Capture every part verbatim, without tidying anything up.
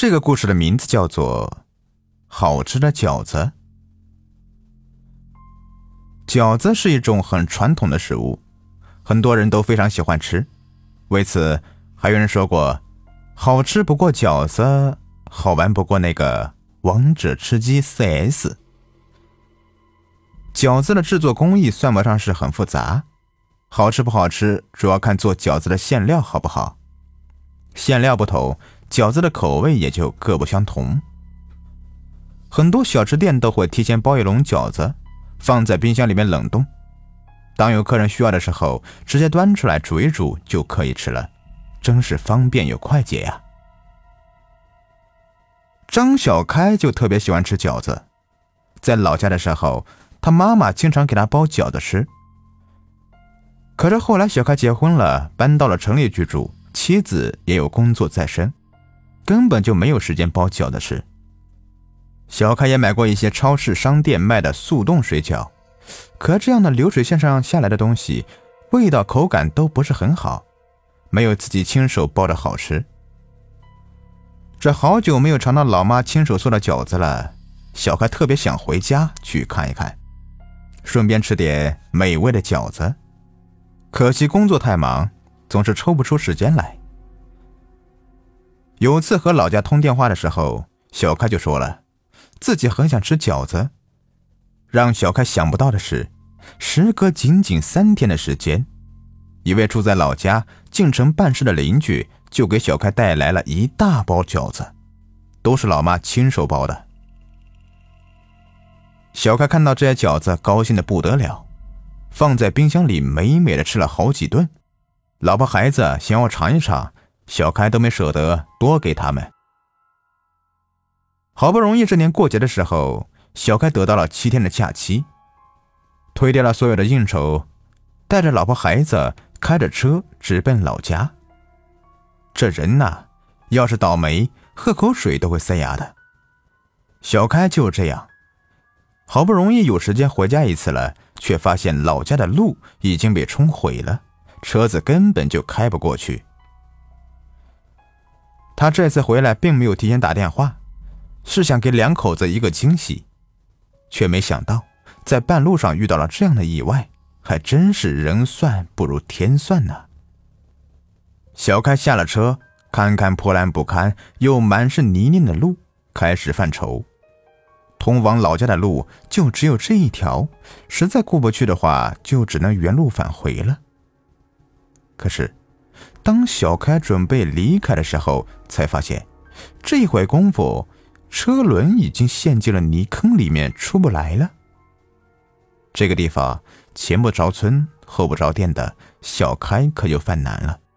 这个故事的名字叫做好吃的饺子。饺子是一种很传统的食物，很多人都非常喜欢吃，为此还有人说过，好吃不过饺子，好玩不过那个王者吃鸡 C S。 饺子的制作工艺算不上是很复杂，好吃不好吃主要看做饺子的馅料好不好，馅料不同，饺子的口味也就各不相同。很多小吃店都会提前包一笼饺子，放在冰箱里面冷冻，当有客人需要的时候，直接端出来煮一煮就可以吃了，真是方便又快捷呀。张小开就特别喜欢吃饺子，在老家的时候，他妈妈经常给他包饺子吃。可是后来小开结婚了，搬到了城里居住，妻子也有工作在身，根本就没有时间包饺子吃。小开也买过一些超市商店卖的速冻水饺，可这样的流水线上下来的东西，味道口感都不是很好，没有自己亲手包的好吃。这好久没有尝到老妈亲手做的饺子了，小开特别想回家去看一看，顺便吃点美味的饺子。可惜工作太忙，总是抽不出时间来。有次和老家通电话的时候，小开就说了自己很想吃饺子。让小开想不到的是，时隔仅仅三天的时间，一位住在老家进城办事的邻居就给小开带来了一大包饺子，都是老妈亲手包的。小开看到这些饺子高兴得不得了，放在冰箱里美美的吃了好几顿。老婆孩子想要尝一尝，小开都没舍得多给他们。好不容易这年过节的时候，小开得到了七天的假期，推掉了所有的应酬，带着老婆孩子开着车直奔老家。这人呐，要是倒霉，喝口水都会塞牙的。小开就这样，好不容易有时间回家一次了，却发现老家的路已经被冲毁了，车子根本就开不过去。他这次回来并没有提前打电话，是想给两口子一个惊喜，却没想到在半路上遇到了这样的意外，还真是人算不如天算呢。小开下了车，看看破烂不堪又满是泥泞的路，开始犯愁。通往老家的路就只有这一条，实在过不去的话，就只能原路返回了。可是当小开准备离开的时候，才发现这一会功夫，车轮已经陷进了泥坑里面，出不来了。这个地方前不着村后不着店的，小开可就犯难了。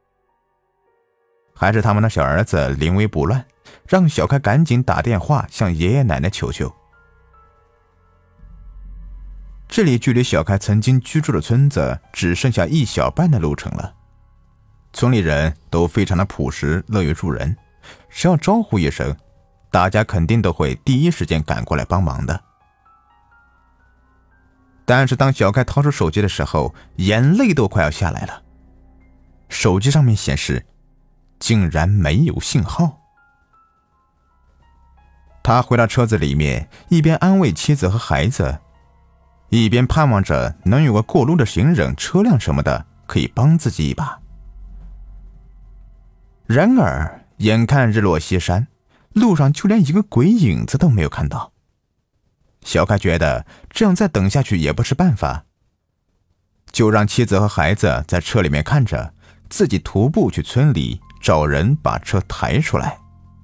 还是他们的小儿子临危不乱，让小开赶紧打电话向爷爷奶奶求救。这里距离小开曾经居住的村子只剩下一小半的路程了。村里人都非常的朴实，乐于助人，只要招呼一声，大家肯定都会第一时间赶过来帮忙的。但是当小开掏出手机的时候，眼泪都快要下来了。手机上面显示竟然没有信号。他回到车子里面，一边安慰妻子和孩子，一边盼望着能有个过路的行人、车辆什么的可以帮自己一把。然而眼看日落西山，路上就连一个鬼影子都没有看到。小开觉得这样再等下去也不是办法，就让妻子和孩子在车里面看着，自己徒步去村里找人把车抬出来。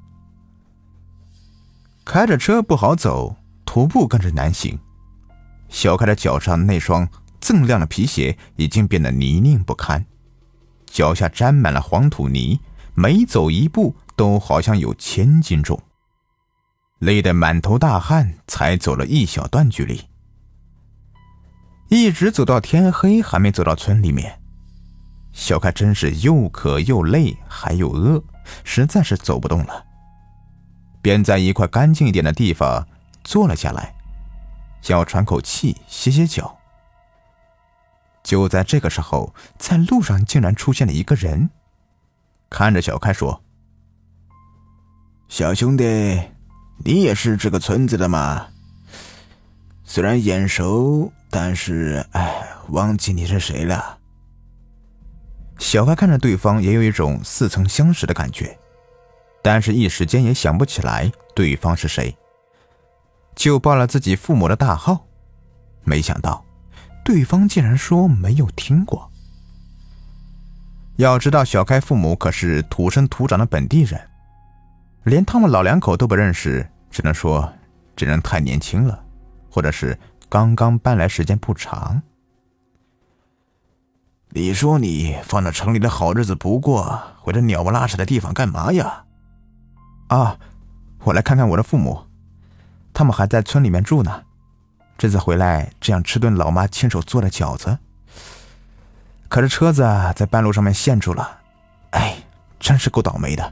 开着车不好走，徒步更是难行。小开的脚上那双锃亮的皮鞋已经变得泥泞不堪，脚下沾满了黄土泥，每走一步都好像有千斤重，累得满头大汗，才走了一小段距离，一直走到天黑还没走到村里面。小开真是又渴又累还又饿，实在是走不动了，便在一块干净一点的地方坐了下来，想要喘口气歇歇脚。就在这个时候，在路上竟然出现了一个人，看着小开说：“ 小兄弟，你也是这个村子的吗？虽然眼熟，但是哎，忘记你是谁了。 小开看着对方，也有一种似曾相识的感觉，但是一时间也想不起来对方是谁，就报了自己父母的大号。没想到对方竟然说没有听过。要知道小开父母可是土生土长的本地人，连他们老两口都不认识，只能说这人太年轻了，或者是刚刚搬来时间不长。 你说你放着城里的好日子不过，回这鸟不拉屎的地方干嘛呀？ 啊，我来看看我的父母，他们还在村里面住呢。这次回来这样吃顿老妈亲手做的饺子，可是车子在半路上面陷住了，哎，真是够倒霉的。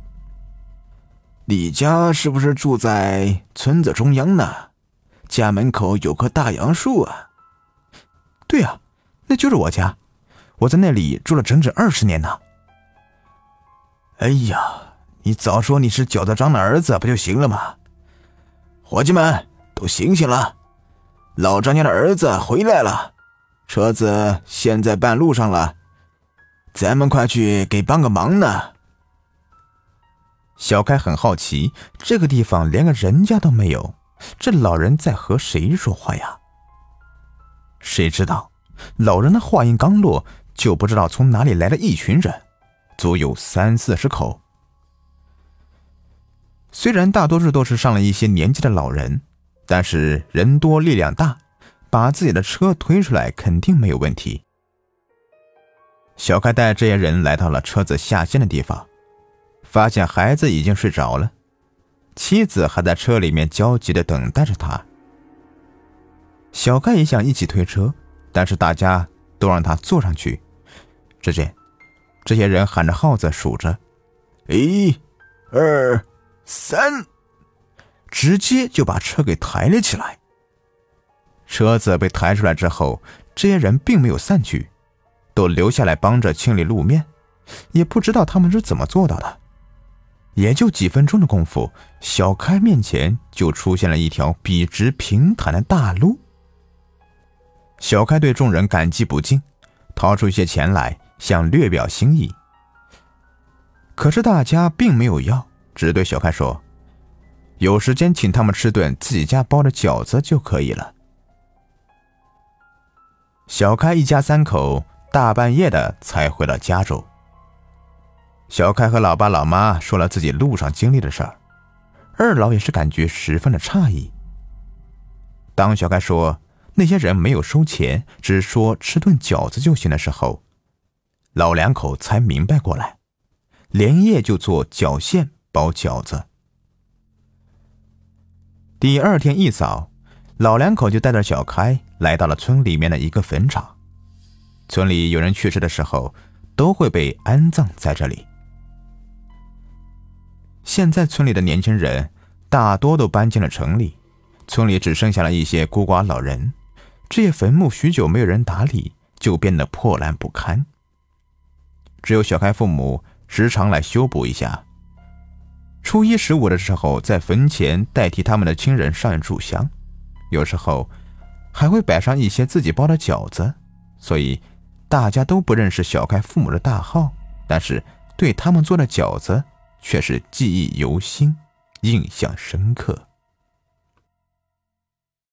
你家是不是住在村子中央呢？家门口有棵大杨树啊。 对啊，那就是我家，我在那里住了整整二十年呢。 哎呀，你早说你是饺子张的儿子不就行了吗？伙计们都醒醒了，老张家的儿子回来了，车子陷在半路上了，咱们快去给帮个忙呢。 小开很好奇，这个地方连个人家都没有，这老人在和谁说话呀？谁知道老人的话音刚落，就不知道从哪里来了一群人，足有三四十口。虽然大多数都是上了一些年纪的老人，但是人多力量大，把自己的车推出来肯定没有问题。小开带这些人来到了车子下陷的地方，发现孩子已经睡着了，妻子还在车里面焦急地等待着他。小开也想一起推车，但是大家都让他坐上去。只见这些人喊着号子数着， 一、二、三， 直接就把车给抬了起来。车子被抬出来之后，这些人并没有散去，都留下来帮着清理路面，也不知道他们是怎么做到的。也就几分钟的功夫，小开面前就出现了一条笔直平坦的大路。小开对众人感激不尽，掏出一些钱来想略表心意。可是大家并没有要，只对小开说，有时间请他们吃顿自己家包的饺子就可以了。小开一家三口大半夜的才回了家中。小开和老爸老妈说了自己路上经历的事儿，二老也是感觉十分的诧异。当小开说那些人没有收钱，只说吃顿饺子就行的时候，老两口才明白过来，连夜就做饺馅包饺子。第二天一早，老两口就带着小开来到了村里面的一个坟场。村里有人去世的时候，都会被安葬在这里。现在村里的年轻人大多都搬进了城里，村里只剩下了一些孤寡老人，这些坟墓许久没有人打理，就变得破烂不堪。只有小开父母时常来修补一下，初一十五的时候在坟前代替他们的亲人上一炷香，有时候还会摆上一些自己包的饺子，所以大家都不认识小开父母的大号，但是对他们做的饺子却是记忆犹新，印象深刻。